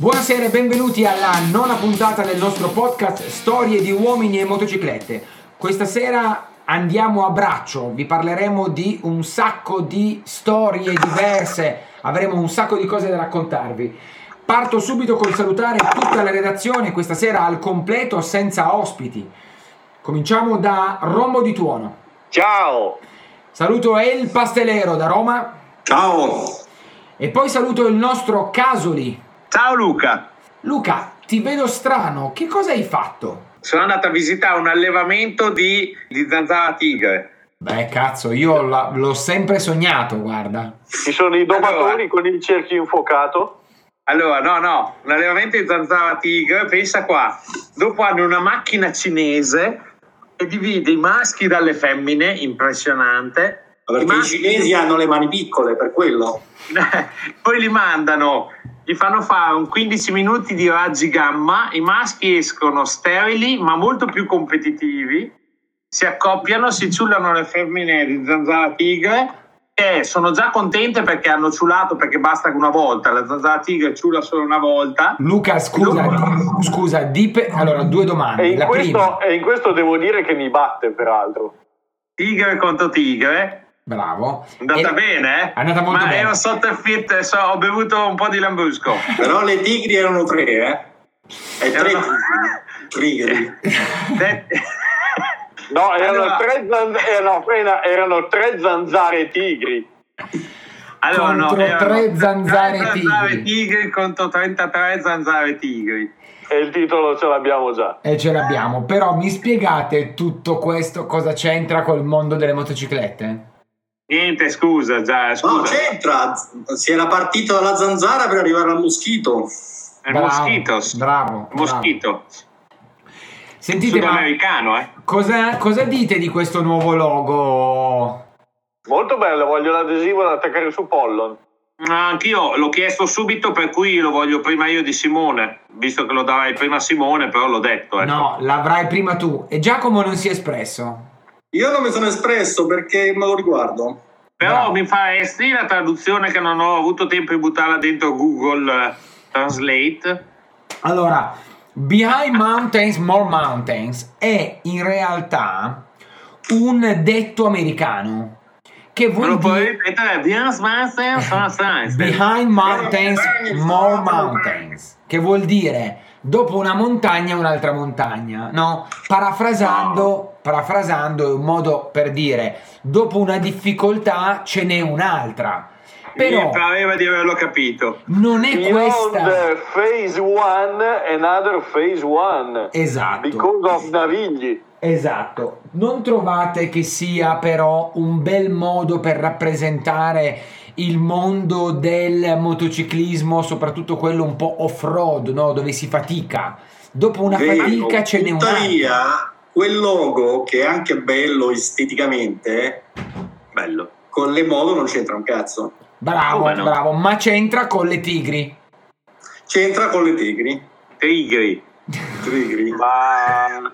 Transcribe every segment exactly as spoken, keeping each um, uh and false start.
Buonasera e benvenuti alla nona puntata del nostro podcast Storie di uomini e motociclette. Questa sera andiamo a braccio, vi parleremo di un sacco di storie diverse, avremo un sacco di cose da raccontarvi. Parto subito col salutare tutta la redazione questa sera al completo senza ospiti. Cominciamo da Rombo di Tuono. Ciao! Saluto El Pastelero da Roma. Ciao! E poi saluto il nostro Casoli. Ciao Luca! Luca, ti vedo strano, che cosa hai fatto? Sono andato a visitare un allevamento di, di zanzara tigre. Beh, cazzo, io la, l'ho sempre sognato, guarda. Ci sono i domatori allora, con il cerchio infuocato? Allora, no, no, un allevamento di zanzara tigre, pensa qua, dopo hanno una macchina cinese che divide i maschi dalle femmine, impressionante. Ma perché i, maschi... i cinesi hanno le mani piccole, per quello. Poi li mandano, gli fanno fare un quindici minuti di raggi gamma, i maschi escono sterili ma molto più competitivi, si accoppiano, si ciullano le femmine di zanzara tigre e sono già contente perché hanno ciulato, perché basta una volta, la zanzara tigre ciula solo una volta. Luca, scusa, Luca. scusa, dipe... allora due domande. E in, la questo, prima... e in questo devo dire che mi batte, peraltro. Tigre contro tigre. Bravo. È andata e... bene, eh? È andata molto ma bene. Ma ero sotto il fit, so, ho bevuto un po' di lambrusco. Però le tigri erano tre, eh? E tre erano... tigri. No, erano, allora... tre zanz... erano, erano tre zanzare tigri. Allora, contro no, erano tre zanzare, tre tigri. zanzare tigri contro trentatré zanzare tigri. E il titolo ce l'abbiamo già. E ce l'abbiamo. Però mi spiegate tutto questo cosa c'entra col mondo delle motociclette? Niente, scusa, già, scusa. No, c'entra. Si era partito dalla zanzara per arrivare al moschito. Il moschito. Bravo. Moschito. Bravo. Sentite, sudamericano, eh. Cosa, cosa dite di questo nuovo logo? Molto bello, voglio l'adesivo da attaccare su Pollon. Anch'io l'ho chiesto subito, per cui lo voglio prima io di Simone, visto che lo darai prima Simone, però l'ho detto. Ecco. No, l'avrai prima tu. E Giacomo non si è espresso. Io non mi sono espresso perché me lo riguardo. Però no. mi faresti la traduzione che non ho avuto tempo di buttarla dentro Google Translate? Allora, Behind Mountains, More Mountains è in realtà un detto americano che vuol lo dire puoi ripetere? Behind Mountains, More Mountains, che vuol dire dopo una montagna un'altra montagna, no? Parafrasando, parafrasando è un modo per dire dopo una difficoltà ce n'è un'altra. Però mi pareva di averlo capito. Non è questa. Beyond phase one, another phase one. Esatto. Because of Navigli. Esatto. Non trovate che sia però un bel modo per rappresentare il mondo del motociclismo, soprattutto quello un po' off-road, no? Dove si fatica. Dopo una Vero, fatica ce n'è un'altra. Tuttavia, quel logo, che è anche bello esteticamente, bello, con le moto non c'entra un cazzo. Bravo, no? bravo, ma c'entra con le tigri. C'entra con le tigri. Tigri. Tigri. Ma...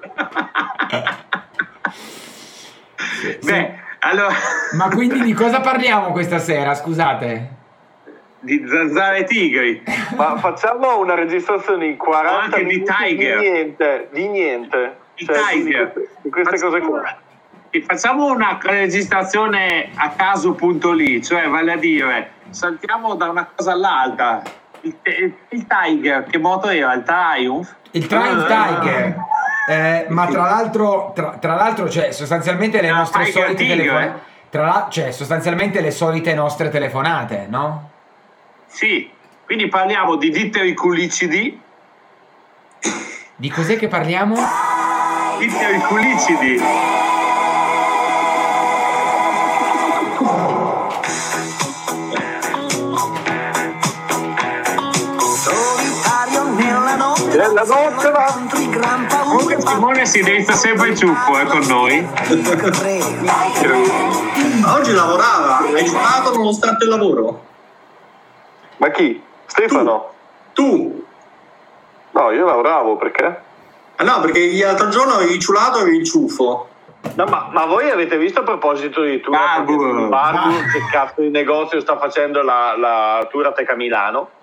sì, Beh, sì. allora... Ma quindi di cosa parliamo questa sera, scusate? Di zanzare tigri. Ma facciamo una registrazione in quaranta anche minuti di Tiger. Di niente, di niente. Di cioè, Tiger. Di, di queste facciamo cose qua. Una, facciamo una registrazione a caso punto lì, cioè vale a dire, saltiamo da una cosa all'altra. Il, il, il Tiger, che moto era? Il Triumph? Il Triumph Tiger. Eh, ma tra l'altro, tra, tra l'altro, cioè sostanzialmente le ah, nostre Tiger solite Tigre. telefonate. Tra la, cioè sostanzialmente le solite nostre telefonate, no? Sì, quindi parliamo di dittericulicidi. Di cos'è che parliamo? Dittericulicidi. Nella notte va. Comunque Simone si desta sempre il ciuffo eh, con noi. Ma oggi lavorava, hai giocato nonostante il lavoro? Ma chi? Stefano? Tu? tu. No, io lavoravo, perché? Ah no, perché l'altro giorno avevi ciulato e avevi il ciuffo. No, ma, ma voi avete visto, a proposito di tour, Barbour, Barbour che cazzo di negozio sta facendo la, la Touratech a Milano?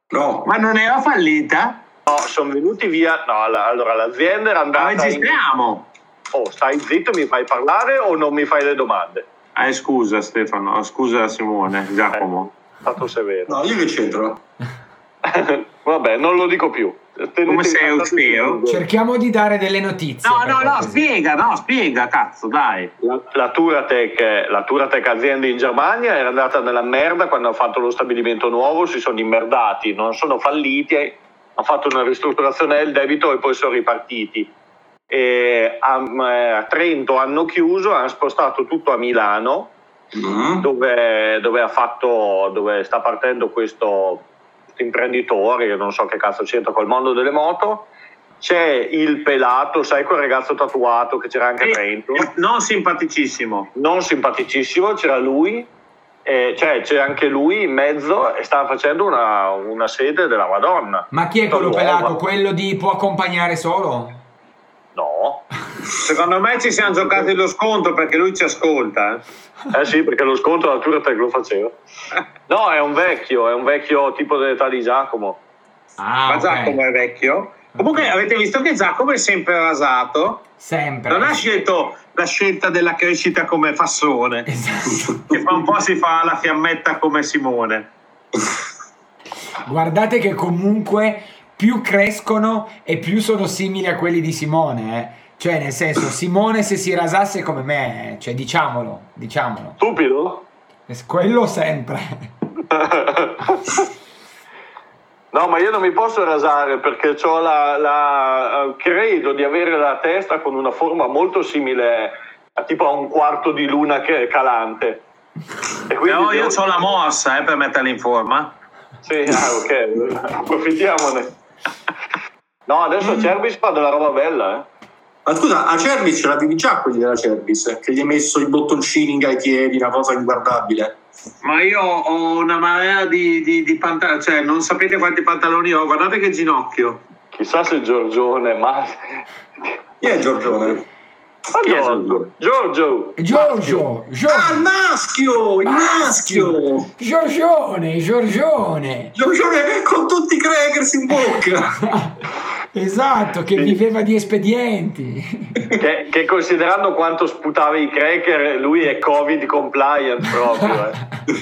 No. Ma non era fallita? No, sono venuti via. No, la- allora l'azienda era Ma andata. in- registriamo. Oh, stai zitto, mi fai parlare o non mi fai le domande? Eh, scusa Stefano, scusa Simone, Giacomo. Stato severo. No, io che c'entro? Vabbè, non lo dico più. Tenete Come sei andate austero? su Google. Cerchiamo di dare delle notizie. No, per no, no, cortesia. spiega, no, spiega, cazzo, dai. La, la Turatec, la Turatec azienda in Germania era andata nella merda quando hanno fatto lo stabilimento nuovo, si sono immerdati, non sono falliti, hanno fatto una ristrutturazione del debito e poi sono ripartiti. E a, a Trento hanno chiuso, hanno spostato tutto a Milano, Mm. dove, dove ha fatto, dove sta partendo questo, questo imprenditore che non so che cazzo c'entra col mondo delle moto. C'è il pelato, sai, quel ragazzo tatuato che c'era anche a Trento, Non simpaticissimo. non simpaticissimo, c'era lui, eh, cioè c'è anche lui in mezzo e stava facendo una, una sede della Madonna. Ma chi è quello Nuova. pelato? Quello di può accompagnare solo? No, Secondo me ci siamo giocati lo sconto perché lui ci ascolta. eh. eh sì, perché lo sconto la Turatec lo faceva. No, è un vecchio, è un vecchio tipo dell'età di Giacomo. Ah, Ma ok. Giacomo è vecchio. Comunque avete visto che Giacomo è sempre rasato. Sempre. Non ha scelto la scelta della crescita come Fassone, Esatto. che fra un po' si fa la fiammetta come Simone. Guardate che comunque più crescono e più sono simili a quelli di Simone, eh. Cioè, nel senso, Simone se si rasasse come me, eh, cioè diciamolo, diciamolo. Stupido? Quello sempre. No, ma io non mi posso rasare perché c'ho la, la credo di avere la testa con una forma molto simile a tipo a un quarto di luna che calante. E quindi Però io devo- ho la mossa eh, per metterla in forma. Sì, ah, ok, approfittiamone. No, adesso Cerbis fa della roba bella, eh. Ma scusa, a Cervis ce l'avevi già quelli della Cervis? Che gli hai messo i bottoncini ai piedi, una cosa inguardabile. Ma io ho una marea di, di, di pantaloni, cioè non sapete quanti pantaloni ho, guardate che ginocchio. Chissà se Giorgione, ma... Chi è Giorgione? Chi è Giorgio, Giorgio, Giorgio, Ah, Giorgio, il maschio! Il maschio! Giorgione, Giorgione. Giorgione con tutti i crackers in bocca! Esatto, che viveva di espedienti. che, che considerando quanto sputava i cracker, lui è Covid compliant proprio,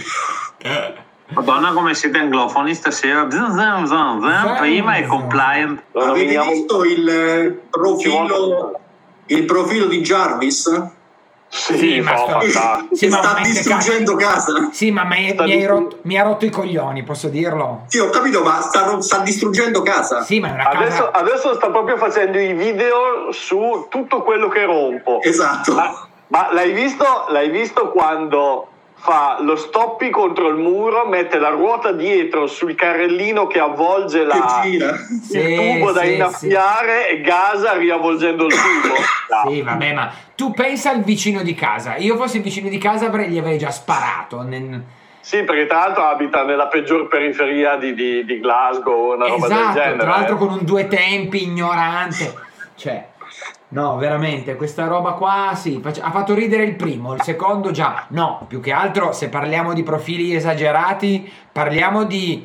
eh. Madonna come siete anglofoni stasera. Zan, zan, zan, zan. Prima è compliant. Lo Avete nominiamo- visto il eh, profilo, il profilo di Jarvis? Sì, Sì, ma no, sto- fantastico. Sì, che ma sta veramente distruggendo casa? Sì, ma mi, Sta mi hai distru- rotto, mi ha rotto i coglioni, posso dirlo? Sì, ho capito, ma sta, sta distruggendo casa. Sì, ma è una Adesso, casa... adesso sta proprio facendo i video su tutto quello che rompo. Esatto. Ma, ma l'hai visto? L'hai visto quando fa lo stoppi contro il muro, mette la ruota dietro sul carrellino che avvolge la, Che gira. il Sì, tubo da sì, innaffiare e gasa riavvolgendo il tubo? No. Sì, vabbè, ma tu pensa al vicino di casa. Io fossi il vicino di casa avrei, gli avrei già sparato. Nel- Sì, perché tra l'altro abita nella peggior periferia di, di, di Glasgow, una roba del Esatto, genere. tra l'altro eh. con un due tempi ignorante. Cioè, no, veramente, questa roba qua, sì, fac- ha fatto ridere il primo, il secondo già. No, più che altro, se parliamo di profili esagerati, parliamo di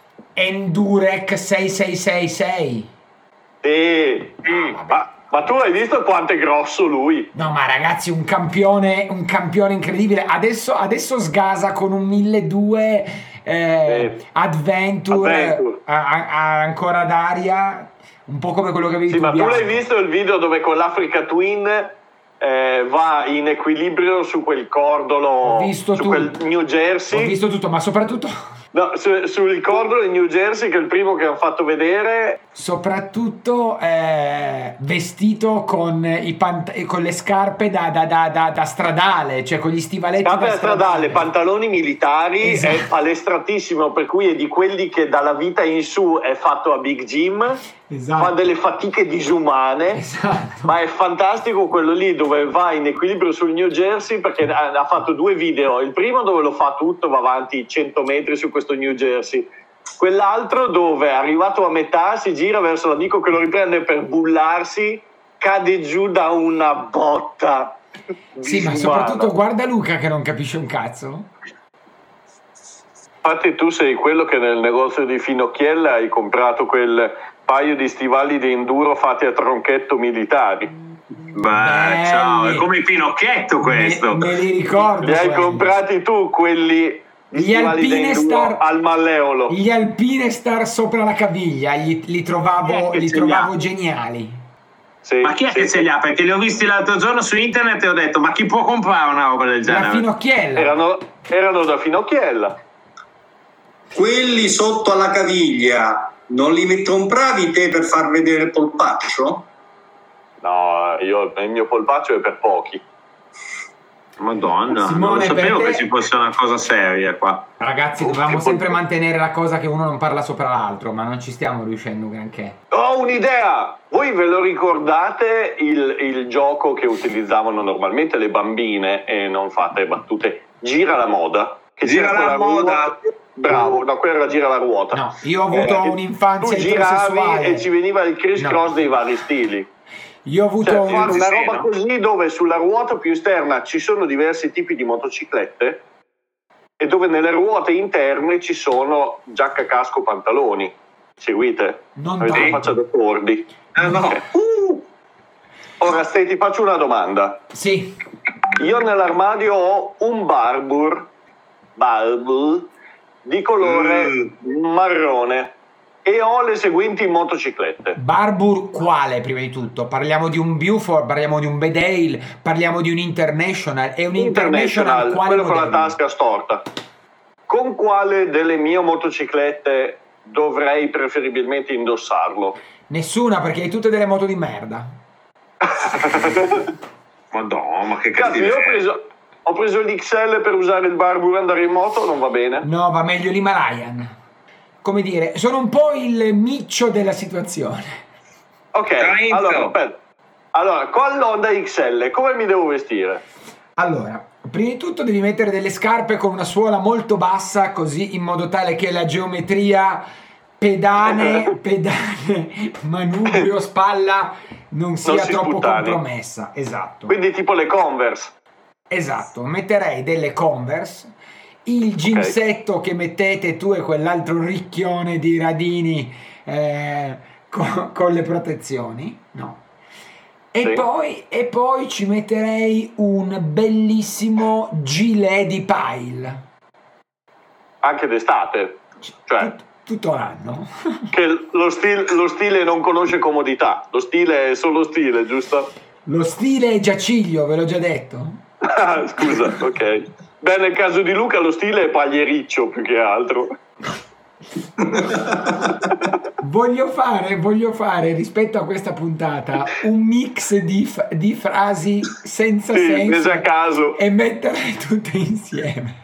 Endurek sei sei sei sei. Sì, sì. Ma, ma tu hai visto quanto è grosso lui? No, ma ragazzi, un campione, un campione incredibile. Adesso, adesso sgasa con un milleduecento eh, Sì. Adventure, Adventure. a- a- a- ancora d'aria, un po' come quello che avevi Sì, tu, ma tu Bianco. l'hai visto il video dove con l'Africa Twin eh, va in equilibrio su quel cordolo, Ho visto su tutto. quel New Jersey? Ho visto tutto, ma soprattutto, No, su- sul cordolo in New Jersey, che è il primo che hanno fatto vedere. soprattutto eh, vestito con, i pant- con le scarpe da, da- da- da- da stradale, cioè con gli stivaletti Scarpe da da stradale, pantaloni militari, Esatto. è palestratissimo, per cui è di quelli che dalla vita in su è fatto a Big Gym, Esatto. fa delle fatiche disumane. Esatto. Ma è fantastico quello lì dove va in equilibrio sul New Jersey, perché ha, ha fatto due video. Il primo dove lo fa tutto, va avanti cento metri su questo New Jersey. Quell'altro dove, arrivato a metà, si gira verso l'amico che lo riprende per bullarsi, cade giù da una botta. Sì, ma disumana. soprattutto guarda Luca che non capisce un cazzo. Infatti tu sei quello che nel negozio di Finocchiella hai comprato quel paio di stivali di enduro fatti a tronchetto militari. Beh, ciao, è come il Pinocchietto questo. Me, me li ricordo. Li hai quelli. comprati tu quelli Gli Alpinestar al malleolo. Gli Alpinestar sopra la caviglia, li, li trovavo, li trovavo geniali. Sì, ma chi è sì, che ce li ha? Perché li ho visti l'altro giorno su internet e ho detto, ma chi può comprare una roba del genere? La Finocchiella. Erano, erano da Finocchiella. Quelli sotto alla caviglia non li compravi te per far vedere il polpaccio? No, io, il mio polpaccio è per pochi. Madonna, Simone, non sapevo te... che ci fosse una cosa seria qua. Ragazzi, dovevamo sempre mantenere la cosa che uno non parla sopra l'altro, ma non ci stiamo riuscendo granché. Ho un'idea! Voi ve lo ricordate il, il gioco che utilizzavano normalmente le bambine, e non fate battute, Gira la moda? Che Gira la moda? Bravo, no, quella era Gira la ruota. No, io ho avuto Eh, un'infanzia tu giravi eterosessuale. e ci veniva il criss No. cross dei vari stili. Io ho avuto Cioè, un... fare una sì, roba no? così dove sulla ruota più esterna ci sono diversi tipi di motociclette e dove nelle ruote interne ci sono giacca, casco, pantaloni. Seguite? Non Avete la tanto. faccia da tordi. Eh, no. Ok. Ora Ste, ti faccio una domanda. Sì, Io nell'armadio ho un Barbour, Barbour di colore marrone e ho le seguenti motociclette. Barbour quale prima di tutto? Parliamo di un Buford, parliamo di un Bedale, parliamo di un International. È un International, quale quello con la modello? tasca storta. Con quale delle mie motociclette dovrei preferibilmente indossarlo? Nessuna, perché hai tutte delle moto di merda. Madonna, ma che Cazzo, io ho preso, ho preso l'X L per usare il Barbour e andare in moto, non va bene? No, va meglio l'Himalayan. Come dire, sono un po' il miccio della situazione. Ok, Trento. allora, aspetta. Allora, con l'Honda X L come mi devo vestire? Allora, prima di tutto devi mettere delle scarpe con una suola molto bassa, così in modo tale che la geometria pedane, pedane, manubrio, spalla non sia Non si troppo sputtani. compromessa. Esatto. Quindi tipo le Converse. Esatto, metterei delle Converse, il ginsetto che mettete tu e quell'altro ricchione di radini eh, con, con le protezioni, no. E, Sì. poi, e poi ci metterei un bellissimo gilet di pile. Anche d'estate. Cioè, Tut- tutto l'anno. che lo stile, lo stile non conosce comodità. Lo stile è solo stile, giusto? Lo stile è giaciglio, ve l'ho già detto. Ah, scusa, ok. Beh, nel caso di Luca lo stile è pagliericcio più che altro. Voglio fare, voglio fare rispetto a questa puntata un mix di, f- di frasi senza Sì, senso prese a caso. e metterle tutte insieme.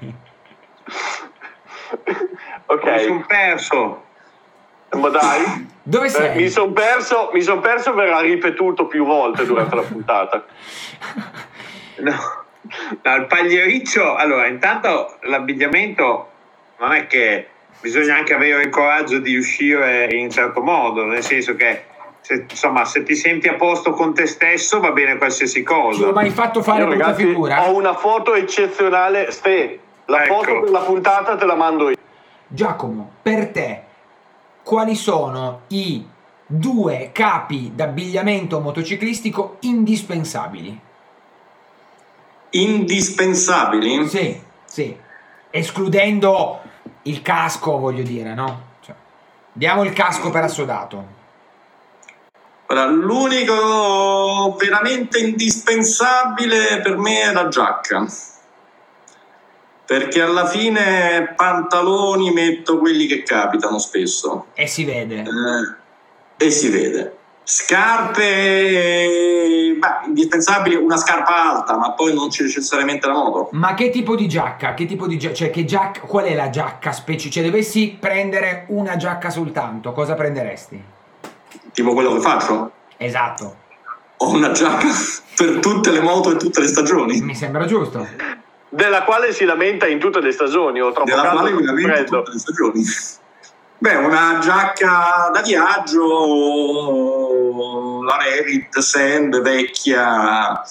Ok, Mi sono perso. ma dai. Dove Eh, sei? mi sono perso, mi son perso, verrà ripetuto più volte durante la puntata. No. No, il pagliericcio, allora intanto l'abbigliamento non è che bisogna anche avere il coraggio di uscire in un certo modo, nel senso che se, insomma, se ti senti a posto con te stesso va bene qualsiasi Ti ho cosa. mai fatto fare Io, brutta ragazzi, figura? ho una foto eccezionale. Ste, la Ecco. foto per la puntata te la mando io. Giacomo, per te quali sono i due capi d'abbigliamento motociclistico indispensabili? Indispensabili? Sì, sì. Escludendo il casco, voglio dire, no? Cioè, diamo il casco per assodato. Ora, l'unico veramente indispensabile per me è la giacca, perché alla fine pantaloni metto quelli che capitano spesso E si vede. eh, e si vede. Scarpe, beh, indispensabile una scarpa alta, ma poi non c'è necessariamente la moto. Ma che tipo di giacca? Che tipo di giacca? Cioè, che giacca? Qual è la giacca specifica? Cioè, dovessi prendere una giacca soltanto, cosa prenderesti? Tipo quello che faccio. Esatto. Ho una giacca per tutte le moto e tutte le stagioni, Mi sembra giusto. Della quale si lamenta in tutte le stagioni. Ho troppo della caldo, quale mi troppo lamento freddo. tutte le stagioni. Beh, una giacca da viaggio, la Revit Sand vecchia,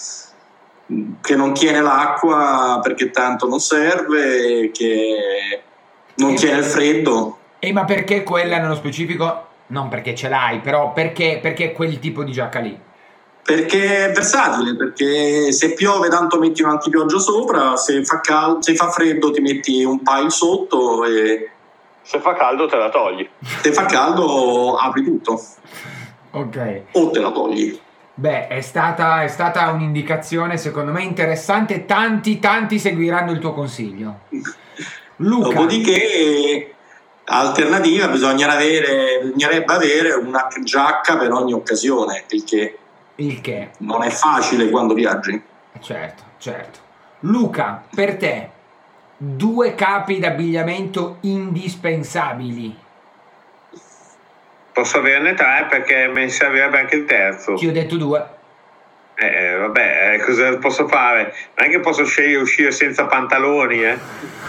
che non tiene l'acqua perché tanto non serve, che non tiene il freddo. E ma perché quella nello specifico? Non perché ce l'hai, però perché, perché quel tipo di giacca lì? Perché è versatile, perché se piove tanto metti un antipioggia sopra, se fa, cal- se fa freddo ti metti un pile sotto e se fa caldo te la togli. Se fa caldo apri tutto. Ok. O te la togli. Beh, è stata, è stata un'indicazione secondo me interessante, tanti tanti seguiranno il tuo consiglio. Luca. Dopodiché, alternativa, bisogna avere, bisognerebbe avere una giacca per ogni occasione, il che, il che non è facile quando viaggi. Certo, certo. Luca, per te, due capi d'abbigliamento indispensabili. Posso averne tre perché mi servirebbe anche il terzo. Ti ho detto due. Eh, vabbè, eh, cosa posso fare? Non è che posso scegliere uscire senza pantaloni, eh?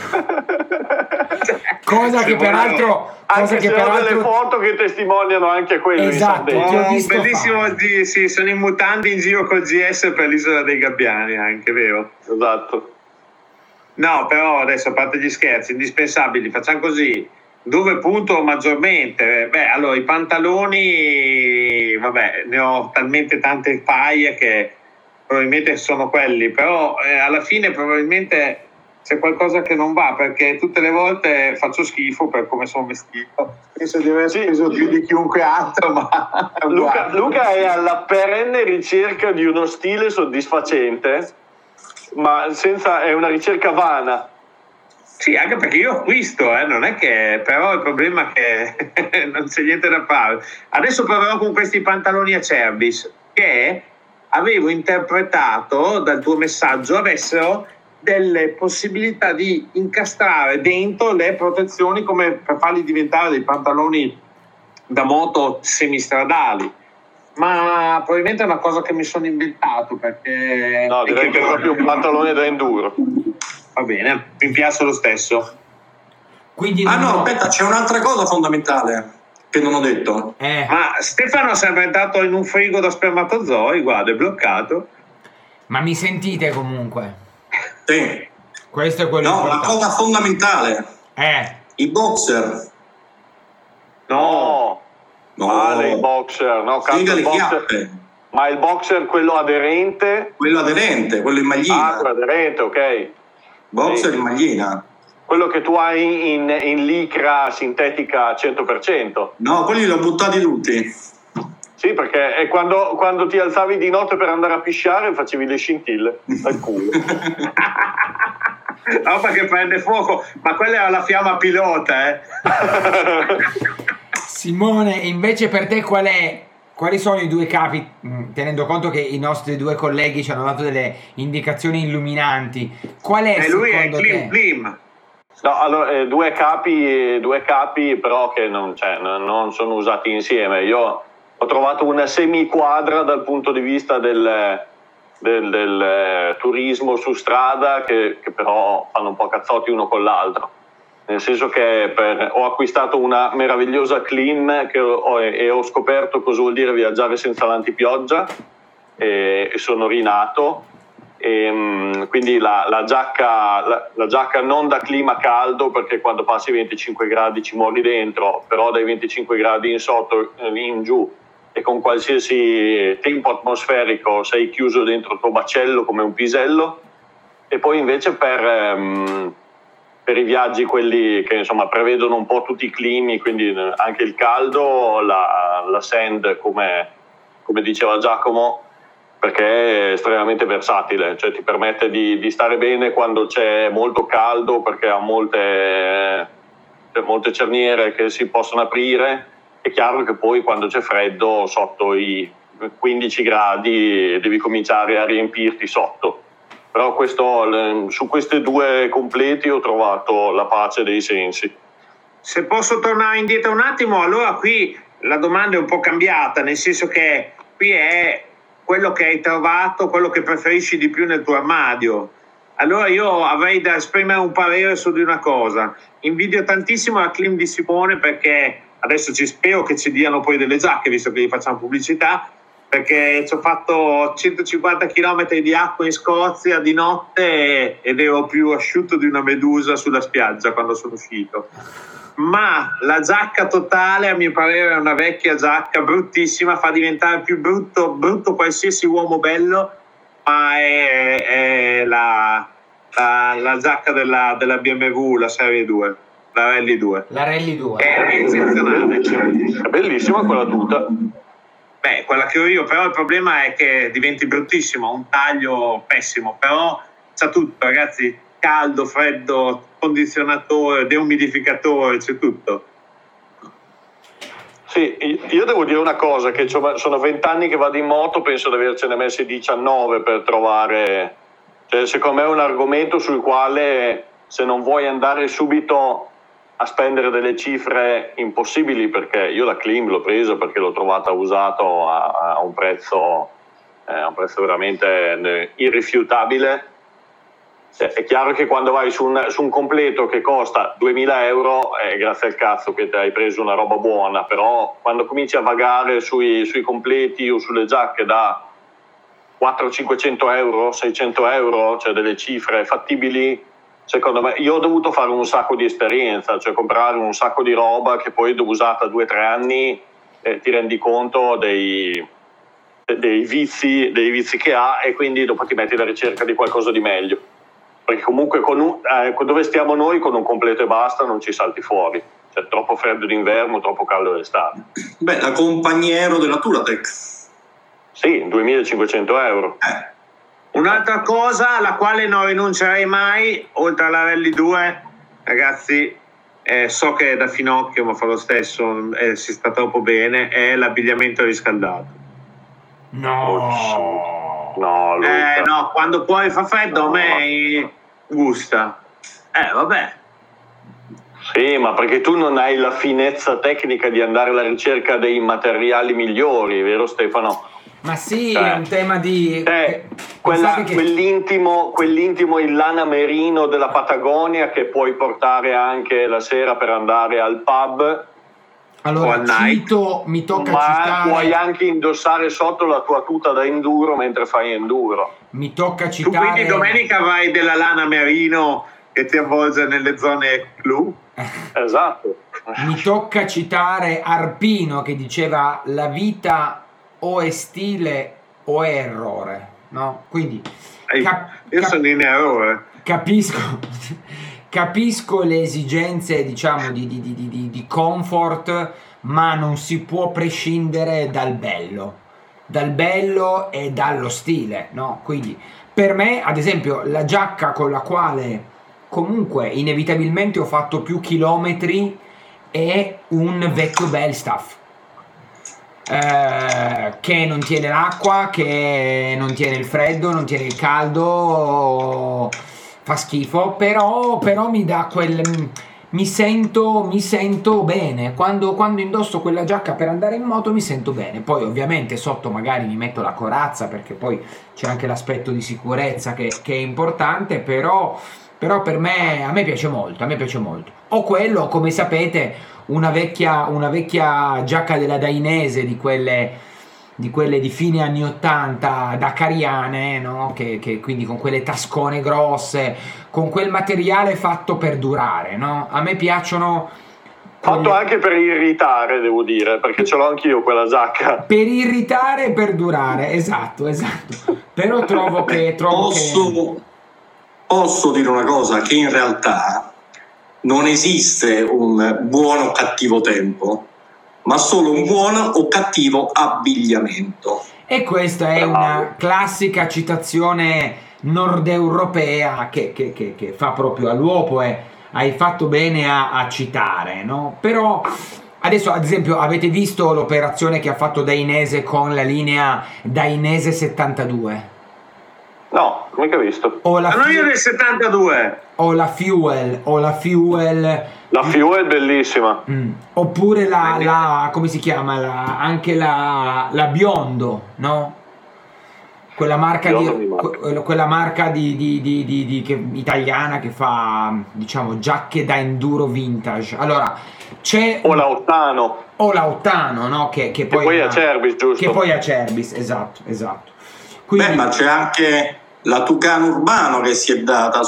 Cosa che peraltro anche cosa che se peraltro... ho delle foto che testimoniano anche quello. Esatto, in ti ho Oh, visto bellissimo, fare. di, sì, sono in mutande in giro col G S per l'isola dei Gabbiani, anche, vero? Esatto. No, però adesso, a parte gli scherzi, indispensabili, facciamo così. Dove punto maggiormente? Beh, allora i pantaloni, vabbè, ne ho talmente tante paia che probabilmente sono quelli, però eh, alla fine probabilmente c'è qualcosa che non va, perché tutte le volte faccio schifo per come sono vestito. Penso di aver speso più di chiunque altro, ma Luca, Luca è alla perenne ricerca di uno stile soddisfacente, ma senza, è una ricerca vana. Sì, anche perché io acquisto, eh, non è che, però il problema è che non c'è niente da fare. Adesso proverò con questi pantaloni a Cerbis, che avevo interpretato dal tuo messaggio avessero delle possibilità di incastrare dentro le protezioni come per farli diventare dei pantaloni da moto semistradali. Ma probabilmente è una cosa che mi sono inventato, perché... No, direi che è proprio un pantalone da enduro. Va bene, mi piace lo stesso. Quindi Ah non no, ho- aspetta, c'è un'altra cosa fondamentale che non ho detto. Eh, Ma Stefano è sempre entrato in un frigo da spermatozoi, guarda, è bloccato. ma mi sentite comunque? Sì. Questo è quello No, la importante. cosa fondamentale, Eh, i boxer. No, No, male il boxer, no, cazzo, Spiega il le boxer. chiappe. Ma il boxer quello aderente? Quello aderente, quello in maglina. Ah, quello aderente, ok. Boxer Sì. in maglina. Quello che tu hai in, in licra sintetica al cento per cento. No, quelli li ho buttati tutti. Sì, perché è quando, quando ti alzavi di notte per andare a pisciare facevi le scintille al culo. No, perché prende fuoco, ma quella era la fiamma pilota, eh. Simone, invece per te qual è, quali sono i due capi, mh, tenendo conto che i nostri due colleghi ci hanno dato delle indicazioni illuminanti, qual è E lui è secondo Klim te? Klim. No, allora, eh, due capi, due capi però che non, cioè, non non sono usati insieme. Io ho trovato una semiquadra dal punto di vista del, del, del eh, turismo su strada che, che però fanno un po' cazzotti uno con l'altro. Nel senso che per, ho acquistato una meravigliosa Klim che ho, e ho scoperto cosa vuol dire viaggiare senza l'antipioggia e, e sono rinato. E, quindi la, la, giacca, la, la giacca non da clima caldo, perché quando passi i venticinque gradi ci muori dentro, però dai venticinque gradi in sotto, in giù e con qualsiasi tempo atmosferico sei chiuso dentro il tuo baccello come un pisello. E poi invece per, um, per i viaggi quelli che insomma prevedono un po' tutti i climi, quindi anche il caldo, la, la sand come, come diceva Giacomo, perché è estremamente versatile, cioè ti permette di, di stare bene quando c'è molto caldo, perché ha molte, molte cerniere che si possono aprire. È chiaro che poi quando c'è freddo, sotto i quindici gradi, devi cominciare a riempirti sotto. Però questo, su questi due completi ho trovato la pace dei sensi. Se posso tornare indietro un attimo, allora qui la domanda è un po' cambiata, nel senso che qui è quello che hai trovato, quello che preferisci di più nel tuo armadio. Allora io avrei da esprimere un parere su di una cosa. Invidio tantissimo la Klim di Simone, perché adesso ci spero che ci diano poi delle giacche, visto che gli facciamo pubblicità, perché ci ho fatto centocinquanta chilometri di acqua in Scozia di notte ed ero più asciutto di una medusa sulla spiaggia quando sono uscito. Ma la giacca totale, a mio parere, è una vecchia giacca bruttissima, fa diventare più brutto, brutto qualsiasi uomo bello, ma è, è la, la, la giacca della, della B M W, la serie due, la Rally due. La Rally due. È eccezionale. È bellissima quella tuta. Beh, quella che ho io, però il problema è che diventi bruttissimo, ha un taglio pessimo, però c'ha tutto, ragazzi, caldo, freddo, condizionatore, deumidificatore, c'è tutto. Sì, io devo dire una cosa, che sono vent'anni che vado in moto, penso di avercene messi diciannove per trovare, cioè, secondo me è un argomento sul quale se non vuoi andare subito a spendere delle cifre impossibili, perché io la Klim l'ho presa perché l'ho trovata usato a, a un prezzo eh, a un prezzo veramente irrifiutabile. È chiaro che quando vai su un, su un completo che costa duemila euro, è grazie al cazzo che ti hai preso una roba buona, però quando cominci a vagare sui, sui completi o sulle giacche da quattrocento cinquecento euro, seicento euro, cioè delle cifre fattibili, secondo me, io ho dovuto fare un sacco di esperienza, cioè comprare un sacco di roba che poi dopo usata due o tre anni eh, ti rendi conto dei, dei, vizi, dei vizi che ha, e quindi dopo ti metti alla ricerca di qualcosa di meglio. Perché comunque con un, eh, dove stiamo noi con un completo e basta non ci salti fuori, cioè troppo freddo d'inverno, troppo caldo d'estate. Beh, la Companiero della Turatec. Sì, duemilacinquecento euro. Eh. Un'altra cosa alla quale non rinuncerei mai, oltre alla Rally due, ragazzi, eh, so che è da finocchio ma fa lo stesso, eh, si sta troppo bene, è l'abbigliamento riscaldato. No, no, Luca. Eh, no, quando poi fa freddo, no, a me gusta. Eh, vabbè. Sì, ma perché tu non hai la finezza tecnica di andare alla ricerca dei materiali migliori, vero Stefano? Ma sì, cioè, è un tema di... Eh, quella, che... quell'intimo, quell'intimo in lana merino della Patagonia che puoi portare anche la sera per andare al pub. Allora, cito, mi tocca ma citare... puoi anche indossare sotto la tua tuta da enduro mentre fai enduro. Mi tocca citare... Tu quindi domenica vai della lana merino che ti avvolge nelle zone clou? Esatto. Mi tocca citare Arpino che diceva la vita o è stile o è errore, no? Quindi cap- io cap- sono in errore. Capisco capisco le esigenze, diciamo, di, di, di, di, di comfort, ma non si può prescindere dal bello dal bello e dallo stile, no? Quindi per me, ad esempio, la giacca con la quale comunque inevitabilmente ho fatto più chilometri è un vecchio Belstaff, eh, che non tiene l'acqua, che non tiene il freddo, non tiene il caldo, fa schifo, però, però mi dà quel... mi sento, mi sento bene quando, quando indosso quella giacca per andare in moto, mi sento bene. Poi ovviamente sotto magari mi metto la corazza, perché poi c'è anche l'aspetto di sicurezza che, che è importante, però, però per me, a me piace molto, a me piace molto. O quello, come sapete, una vecchia, una vecchia giacca della Dainese, di quelle, di quelle di fine anni ottanta, dakariane, no? Che, che quindi con quelle tascone grosse, con quel materiale fatto per durare, no? A me piacciono. Fatto quelle... anche per irritare, devo dire, perché ce l'ho anch'io quella giacca. Per irritare e per durare, esatto, esatto. Però trovo che trovo posso, che... posso dire una cosa, che in realtà non esiste un buono o cattivo tempo, ma solo un buono o cattivo abbigliamento. E questa è una classica citazione nord-europea che, che, che, che fa proprio all'uopo, e hai fatto bene a, a citare, no? Però adesso, ad esempio, avete visto l'operazione che ha fatto Dainese con la linea Dainese settantadue? No, mica visto. O la Ma non io del settantadue. O la Fuel, o la Fuel. La Fuel è bellissima. Mm. Oppure la, la, come si chiama? La, anche la, la Biondo, no? quella marca di, Biondo mi manca. que- quella marca di, di, di, di, di- che, italiana che fa, diciamo, giacche da enduro vintage. Allora c'è O la Ottano. o la Ottano, no? Che, che poi poi è a Cerbis, giusto? Che poi a Cerbis, esatto, esatto. Quindi, Beh, ma c'è anche la Tucano Urbano che si è data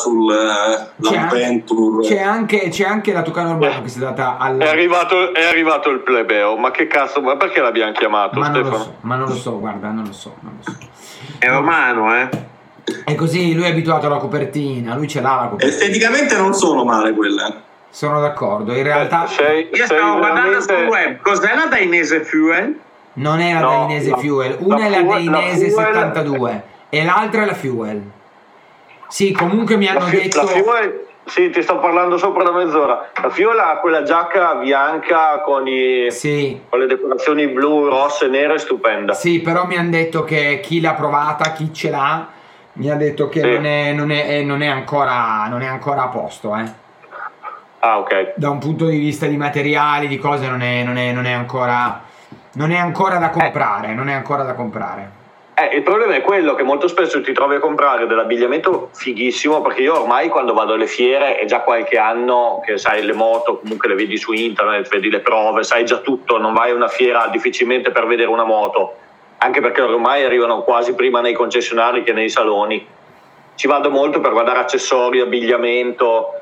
sull'Adventure. c'è anche, c'è anche la Tucano Urbano Eh. che si è data alla... È arrivato, è arrivato il plebeo, ma che cazzo, ma perché l'abbiamo chiamato, ma non Stefano? lo so, ma non lo so, guarda, non lo so, non lo so. È romano, eh? È così, lui è abituato alla copertina, lui ce l'ha la copertina. Esteticamente non sono male quelle. Sono d'accordo, in realtà Eh, sei, Io sei stavo guardando veramente- sul web, cos'è la Dainese Fuel? non è la No, Dainese la- Fuel, la una è la Fuel- la Dainese Fuel- settantadue e l'altra è la Fuel. Sì, comunque mi La, hanno fi- detto... la Fuel, sì, ti sto parlando sopra da mezz'ora. La Fuel ha quella giacca bianca con, i, Sì, con le decorazioni blu, rosse, nere, stupenda. sì, però mi hanno detto che chi l'ha provata, chi ce l'ha, mi ha detto che Sì. non, è, non, è, non, è ancora, non è ancora a posto, eh. Ah, ok. Da un punto di vista di materiali, di cose, non è, non è, non è ancora, non è ancora da comprare, non è ancora da comprare. Eh, il problema è quello che molto spesso ti trovi a comprare dell'abbigliamento fighissimo, perché io ormai quando vado alle fiere è già qualche anno che sai le moto, comunque le vedi su internet, vedi le prove, sai già tutto, non vai a una fiera difficilmente per vedere una moto, anche perché ormai arrivano quasi prima nei concessionari che nei saloni. Ci vado molto per guardare accessori, abbigliamento,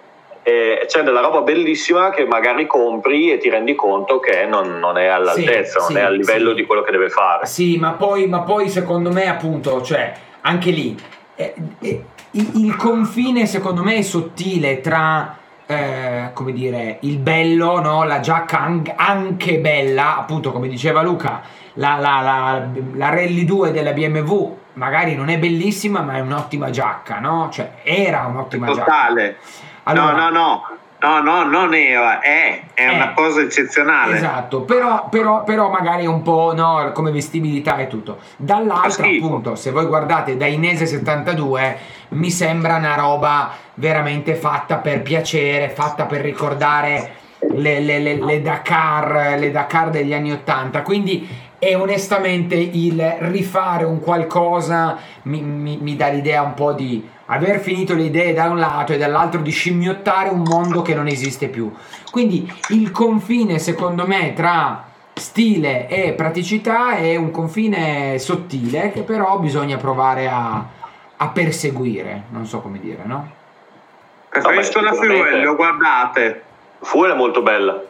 e c'è della roba bellissima che magari compri e ti rendi conto che non, non è all'altezza, Sì, non sì, è al livello sì. di quello che deve fare. Sì, ma poi, ma poi secondo me appunto, cioè, anche lì, eh, eh, il, il confine secondo me è sottile tra, eh, come dire, il bello, no? La giacca an- anche bella, appunto come diceva Luca, la, la, la, la Rally due della B M W magari non è bellissima ma è un'ottima giacca, no? Cioè, era un'ottima giacca. Totale. Allora- no, no, no. No, no, non era, è, è Eh, una cosa eccezionale. Esatto, però, però, però magari è un po', no, come vestibilità e tutto. Dall'altra, Fa schifo. appunto, se voi guardate Dainese settantadue, mi sembra una roba veramente fatta per piacere, fatta per ricordare le, le, le, le Dakar, le Dakar degli anni ottanta. Quindi, e onestamente, il rifare un qualcosa mi, mi, mi dà l'idea un po' di aver finito le idee da un lato e dall'altro di scimmiottare un mondo che non esiste più. Quindi il confine secondo me tra stile e praticità è un confine sottile che però bisogna provare a, a perseguire, non so come dire, no? Preferisco Vabbè, la sicuramente. Fuel, lo guardate. Fuel è molto bella.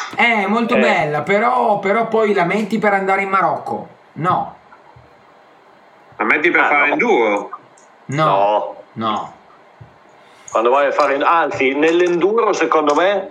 È molto Eh. bella, però, però poi la metti per andare in Marocco? No, La metti per Ah, fare no. enduro? no, No. no. Quando vai a fare, anzi, nell'enduro secondo me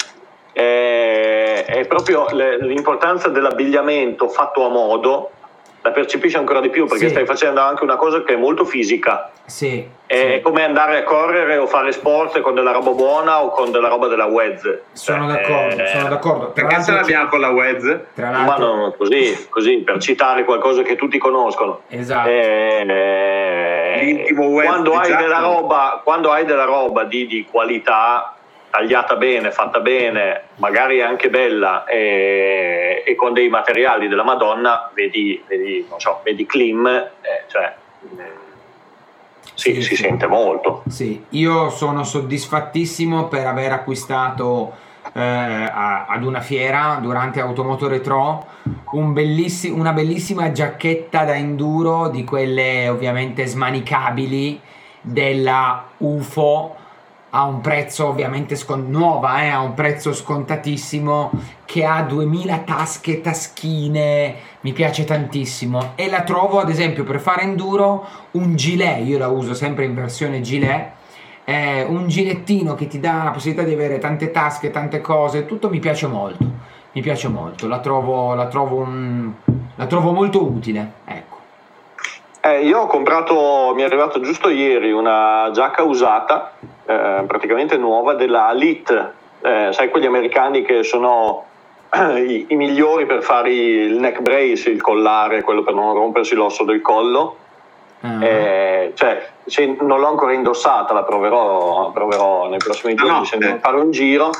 è, è proprio le- l'importanza dell'abbigliamento fatto a modo, la percepisci ancora di più perché Sì. stai facendo anche una cosa che è molto fisica. Sì, È sì. come andare a correre o fare sport con della roba buona o con della roba della Wez. Sono Cioè, d'accordo, eh, sono d'accordo. Tra Perché ce l'altro, l'abbiamo con la Wez? tra Ma l'altro non così, così, per citare qualcosa che tutti conoscono. esatto. Eh, eh, L'intimo web quando di hai Giacomo. della roba, quando hai della roba di, di qualità, tagliata bene, fatta bene, magari anche bella e, e con dei materiali della Madonna, vedi, vedi, non so, vedi Klim, eh, cioè, eh, sì, Sì, si sì. sente molto. Sì, io sono soddisfattissimo per aver acquistato eh, a- ad una fiera durante Automoto Retro un bellissi- una bellissima giacchetta da enduro di quelle ovviamente smanicabili della U F O a un prezzo ovviamente scon- nuova, eh, a un prezzo scontatissimo, che ha duemila tasche, taschine, mi piace tantissimo e la trovo ad esempio per fare enduro un gilet, io la uso sempre in versione gilet, eh, un gilettino che ti dà la possibilità di avere tante tasche, tante cose, tutto mi piace molto, mi piace molto, la trovo, la trovo, un, la trovo molto utile, ecco. Eh, io ho comprato, mi è arrivato giusto ieri una giacca usata, eh, praticamente nuova, della Elite, eh, sai quegli americani che sono i, i migliori per fare il neck brace, il collare, quello per non rompersi l'osso del collo. Ah. Eh, cioè, se non l'ho ancora indossata, la proverò, proverò nei prossimi giorni no, se andiamo eh. a fare un giro.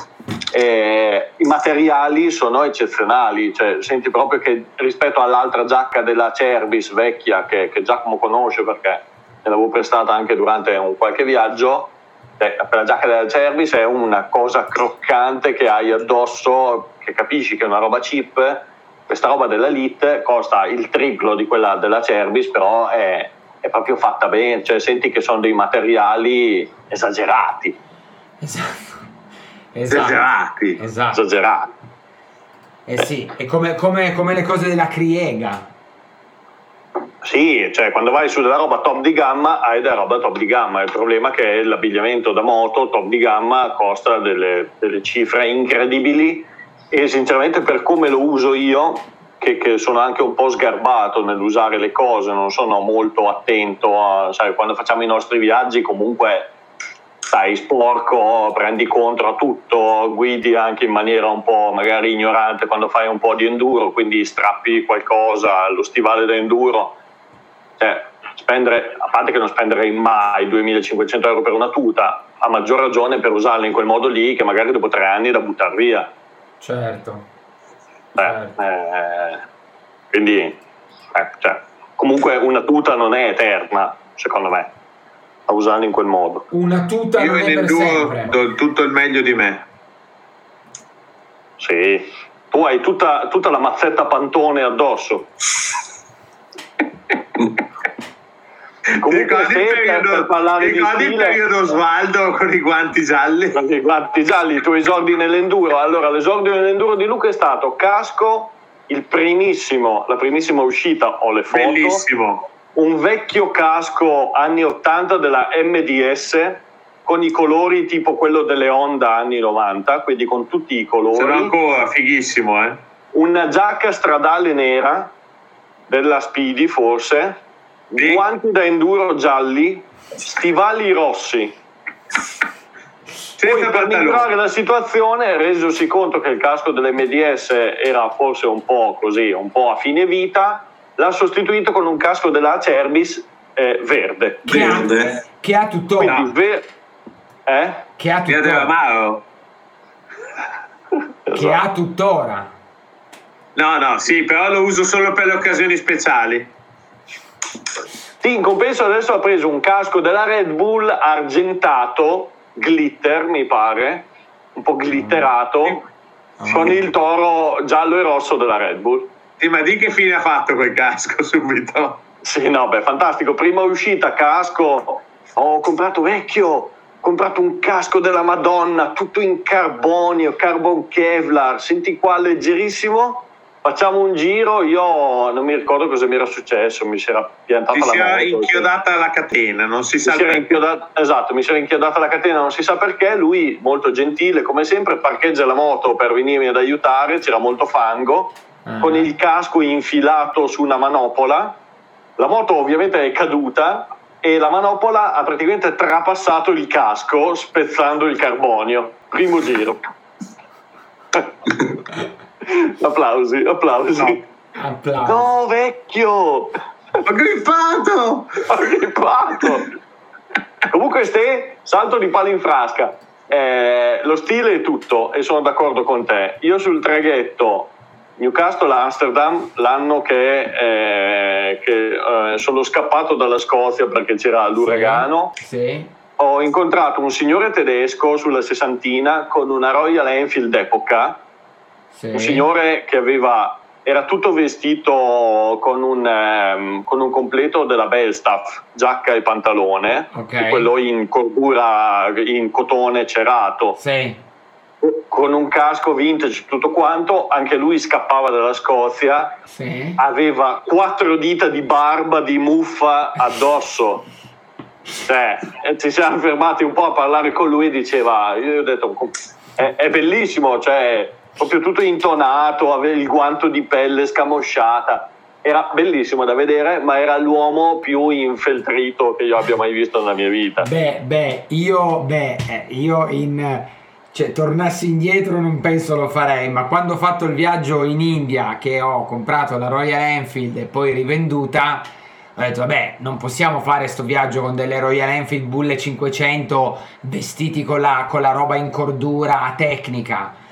eh, i materiali sono eccezionali, cioè senti proprio che rispetto all'altra giacca della Cerbis vecchia che, che Giacomo conosce perché me l'avevo prestata anche durante un qualche viaggio, eh, la giacca della Cerbis è una cosa croccante che hai addosso, che capisci che è una roba cheap. Questa roba dell'Elite costa il triplo di quella della Cerbis, però è, è proprio fatta bene, cioè senti che sono dei materiali esagerati. Esatto. Esatto. Esagerati. Esatto. Esagerati. Eh sì, è come, come, come le cose della Kriega. Sì, cioè quando vai su della roba top di gamma hai della roba top di gamma. Il problema è che l'abbigliamento da moto top di gamma costa delle, delle cifre incredibili e sinceramente per come lo uso io, che, che sono anche un po' sgarbato nell'usare le cose, non sono molto attento a, sai, quando facciamo i nostri viaggi comunque stai sporco, prendi contro a tutto, guidi anche in maniera un po' magari ignorante quando fai un po' di enduro, quindi strappi qualcosa, lo stivale da enduro, cioè spendere, a parte che non spenderei mai duemilacinquecento euro per una tuta, a maggior ragione per usarla in quel modo lì che magari dopo tre anni è da buttare via. Certo. Beh, certo. Eh, quindi eh, cioè, comunque una tuta non è eterna, secondo me, a usarla in quel modo. Una tuta Io non in è per enduro sempre. do tutto il meglio di me. Sì, tu hai tutta, tutta la mazzetta Pantone addosso. Comunque ricordi il per, periodo, per parlare di ricordi il stile, periodo Osvaldo con i guanti gialli? con i guanti gialli, i tuoi esordi nell'enduro. Allora, l'esordio nell'enduro di Luca è stato casco, il primissimo, la primissima uscita, ho le foto. Bellissimo. Un vecchio casco anni ottanta della M D S con i colori tipo quello delle Honda anni novanta, quindi con tutti i colori. Ce l'ho ancora, fighissimo, eh? Una giacca stradale nera della Speedy forse, Sì. guanti da enduro gialli, stivali rossi. Poi Senza per migliorare pantaloni. la situazione, resosi conto che il casco dell'M D S era forse un po' così, un po' a fine vita, l'ha sostituito con un casco della Cerbis eh, verde. Che ha, Verde. che ha tuttora. Quindi ver- eh? Che ha Via tuttora. dell'Amaro. Che ha tuttora. No, no, sì, però lo uso solo per le occasioni speciali. Sì, in compenso adesso ha preso un casco della Red Bull argentato, glitter mi pare, un po' glitterato, Mm. con il toro giallo e rosso della Red Bull. Sì, ma di che fine ha fatto quel casco subito? Sì, no, beh, fantastico. Prima uscita, casco, ho comprato vecchio, ho comprato un casco della Madonna, tutto in carbonio, carbon Kevlar, senti qua leggerissimo, facciamo un giro, io non mi ricordo cosa mi era successo, mi si era piantata Ti si la era moto. inchiodata la catena, non si Mi sa si era perché. inchiodata, esatto, mi si era inchiodata la catena, non si sa perché, lui molto gentile come sempre parcheggia la moto per venirmi ad aiutare, c'era molto fango, Ah. con il casco infilato su una manopola, la moto ovviamente è caduta e la manopola ha praticamente trapassato il casco spezzando il carbonio, primo giro. applausi, applausi. No. Applauso. No, vecchio! Ho grippato! Ho grippato! Comunque ste, salto di palo in frasca. Eh, lo stile è tutto e sono d'accordo con te. Io sul traghetto Newcastle-Amsterdam, l'anno che, eh, che eh, sono scappato dalla Scozia perché c'era l'uragano, Sì. ho incontrato un signore tedesco sulla sessantina con una Royal Enfield d'epoca, Sì. un signore che aveva era tutto vestito con un, ehm, con un completo della Belstaff, giacca e pantalone, Ok. quello in cordura, in cotone cerato, Sì. con un casco vintage, tutto quanto. Anche lui scappava dalla Scozia, Sì. aveva quattro dita di barba, di muffa addosso. Cioè, eh, ci siamo fermati un po' a parlare con lui e diceva, io ho detto, è, è bellissimo, cioè proprio tutto intonato, aveva il guanto di pelle scamosciata, era bellissimo da vedere, ma era l'uomo più infeltrito che io abbia mai visto nella mia vita. Beh, beh, io, beh, eh, io in, cioè, tornassi indietro non penso lo farei, ma quando ho fatto il viaggio in India, che ho comprato la Royal Enfield e poi rivenduta, ho detto, vabbè, non possiamo fare sto viaggio con delle Royal Enfield Bulle cinquecento vestiti con la, con la roba in cordura tecnica.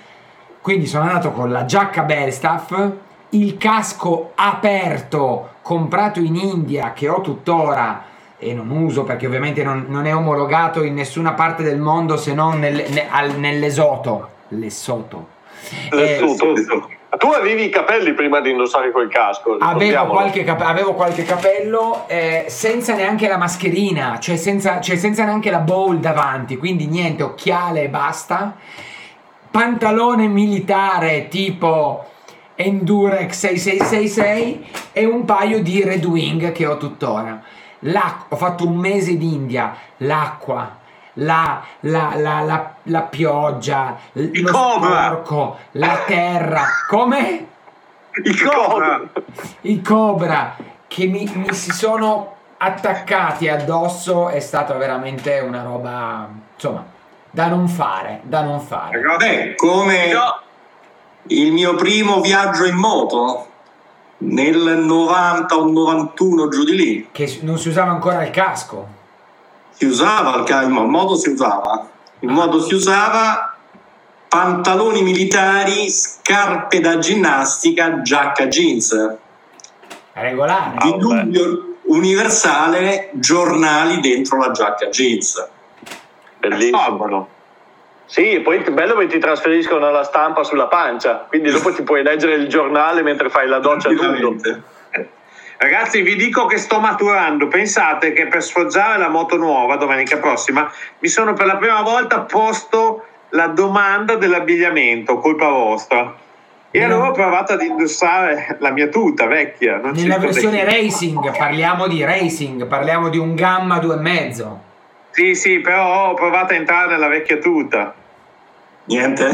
Quindi sono andato con la giacca Belstaff, il casco aperto comprato in India che ho tuttora e non uso perché ovviamente non, non è omologato in nessuna parte del mondo se non nel, ne, al, nell'Esoto. L'Esoto. L'Esoto. Eh, tu avevi i capelli prima di indossare quel casco? Avevo qualche, cap- avevo qualche capello eh, senza neanche la mascherina, cioè senza, cioè senza neanche la bowl davanti, quindi niente, occhiale e basta. Pantalone militare tipo Endurex sei sei sei sei e un paio di Red Wing che ho tuttora. L'acqua, ho fatto un mese in India, l'acqua, la, la, la, la, la pioggia, il lo cobra. sporco, la terra, come? I cobra, i cobra che mi, mi si sono attaccati addosso, è stata veramente una roba, insomma, da non fare, da non fare. Beh, come no. Il mio primo viaggio in moto nel novanta o novantuno, giù di lì, che non si usava ancora il casco. Si usava il casco, in moto si usava in moto si usava pantaloni militari, scarpe da ginnastica, giacca jeans regolare, diluvio universale, giornali dentro la giacca jeans. Bellissimo. Sì, e poi è bello che ti trasferiscono la stampa sulla pancia, quindi dopo ti puoi leggere il giornale mentre fai la doccia nudo. Ragazzi, vi dico che sto maturando. Pensate che per sfoggiare la moto nuova domenica prossima mi sono per la prima volta posto la domanda dell'abbigliamento, colpa vostra. E allora ho provato ad indossare la mia tuta vecchia. Non nella versione racing, parliamo di racing, parliamo di un gamma due e mezzo. Sì, sì, però ho provato a entrare nella vecchia tuta. Niente.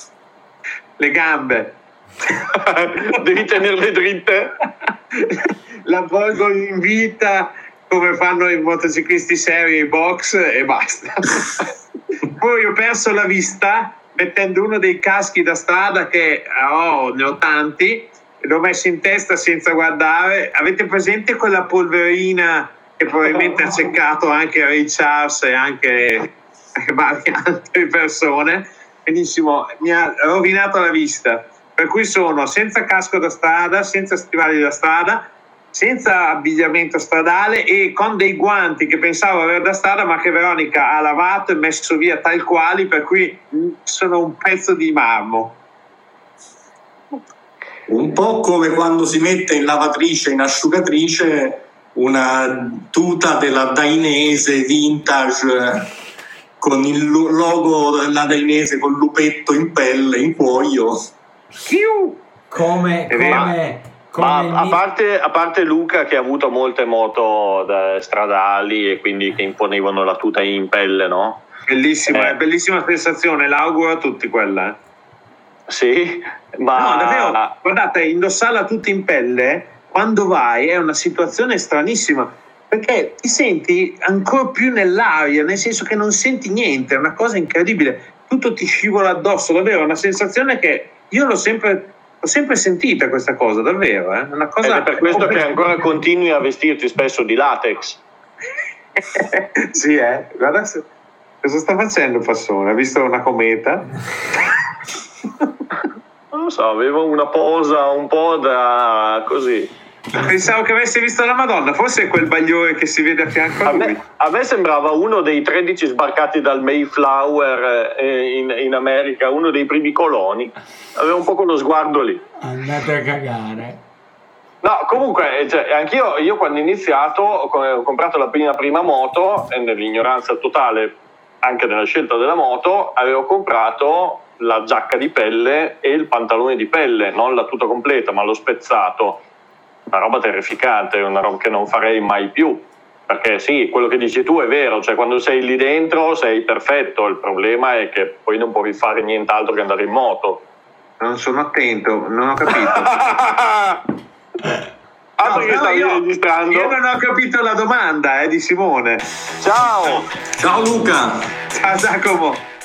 Le gambe. Devi tenerle dritte. La porgo in vita come fanno i motociclisti seri, i box e basta. Poi ho perso la vista mettendo uno dei caschi da strada che oh, ne ho tanti e l'ho messo in testa senza guardare. Avete presente quella polverina che probabilmente ha seccato anche Ray Charles e anche varie altre persone? Benissimo, mi ha rovinato la vista, per cui sono senza casco da strada, senza stivali da strada, senza abbigliamento stradale e con dei guanti che pensavo avere da strada ma che Veronica ha lavato e messo via tal quali, per cui sono un pezzo di marmo. Un po' come quando si mette in lavatrice, in asciugatrice, una tuta della Dainese vintage con il logo della Dainese col lupetto in pelle, in cuoio. Come, come, come ma a parte, a parte Luca che ha avuto molte moto stradali e quindi che imponevano la tuta in pelle, no? Bellissima, eh. bellissima sensazione, l'auguro a tutti quella. Eh. Sì, ma... No, davvero, guardate, indossarla tutta in pelle, quando vai, è una situazione stranissima, perché ti senti ancora più nell'aria, nel senso che non senti niente, è una cosa incredibile, tutto ti scivola addosso, davvero, è una sensazione che io l'ho sempre... Ho sempre sentita questa cosa, davvero, eh? Una cosa... Ed è per questo che ancora continui a vestirti spesso di latex. Sì, eh. Guarda se... cosa sta facendo Fassone? Ha visto una cometa? Non lo so, avevo una posa un po' da così. Pensavo che avessi visto la Madonna, forse è quel bagliore che si vede a fianco a, a lui. Me, a me sembrava uno dei tredici sbarcati dal Mayflower eh, in, in America, uno dei primi coloni. Aveva un po' quello sguardo lì. Andate a cagare. No, comunque, cioè, anch'io io quando ho iniziato ho comprato la prima prima moto e nell'ignoranza totale anche nella scelta della moto avevo comprato la giacca di pelle e il pantalone di pelle, non la tuta completa ma lo spezzato. Una roba terrificante, una roba che non farei mai più, perché sì, quello che dici tu è vero, cioè quando sei lì dentro sei perfetto, il problema è che poi non puoi fare nient'altro che andare in moto. Non sono attento, non ho capito. Ah, no, perché stavi io, registrando? Io non ho capito la domanda eh, di Simone. Ciao! Ciao Luca! Ciao Giacomo!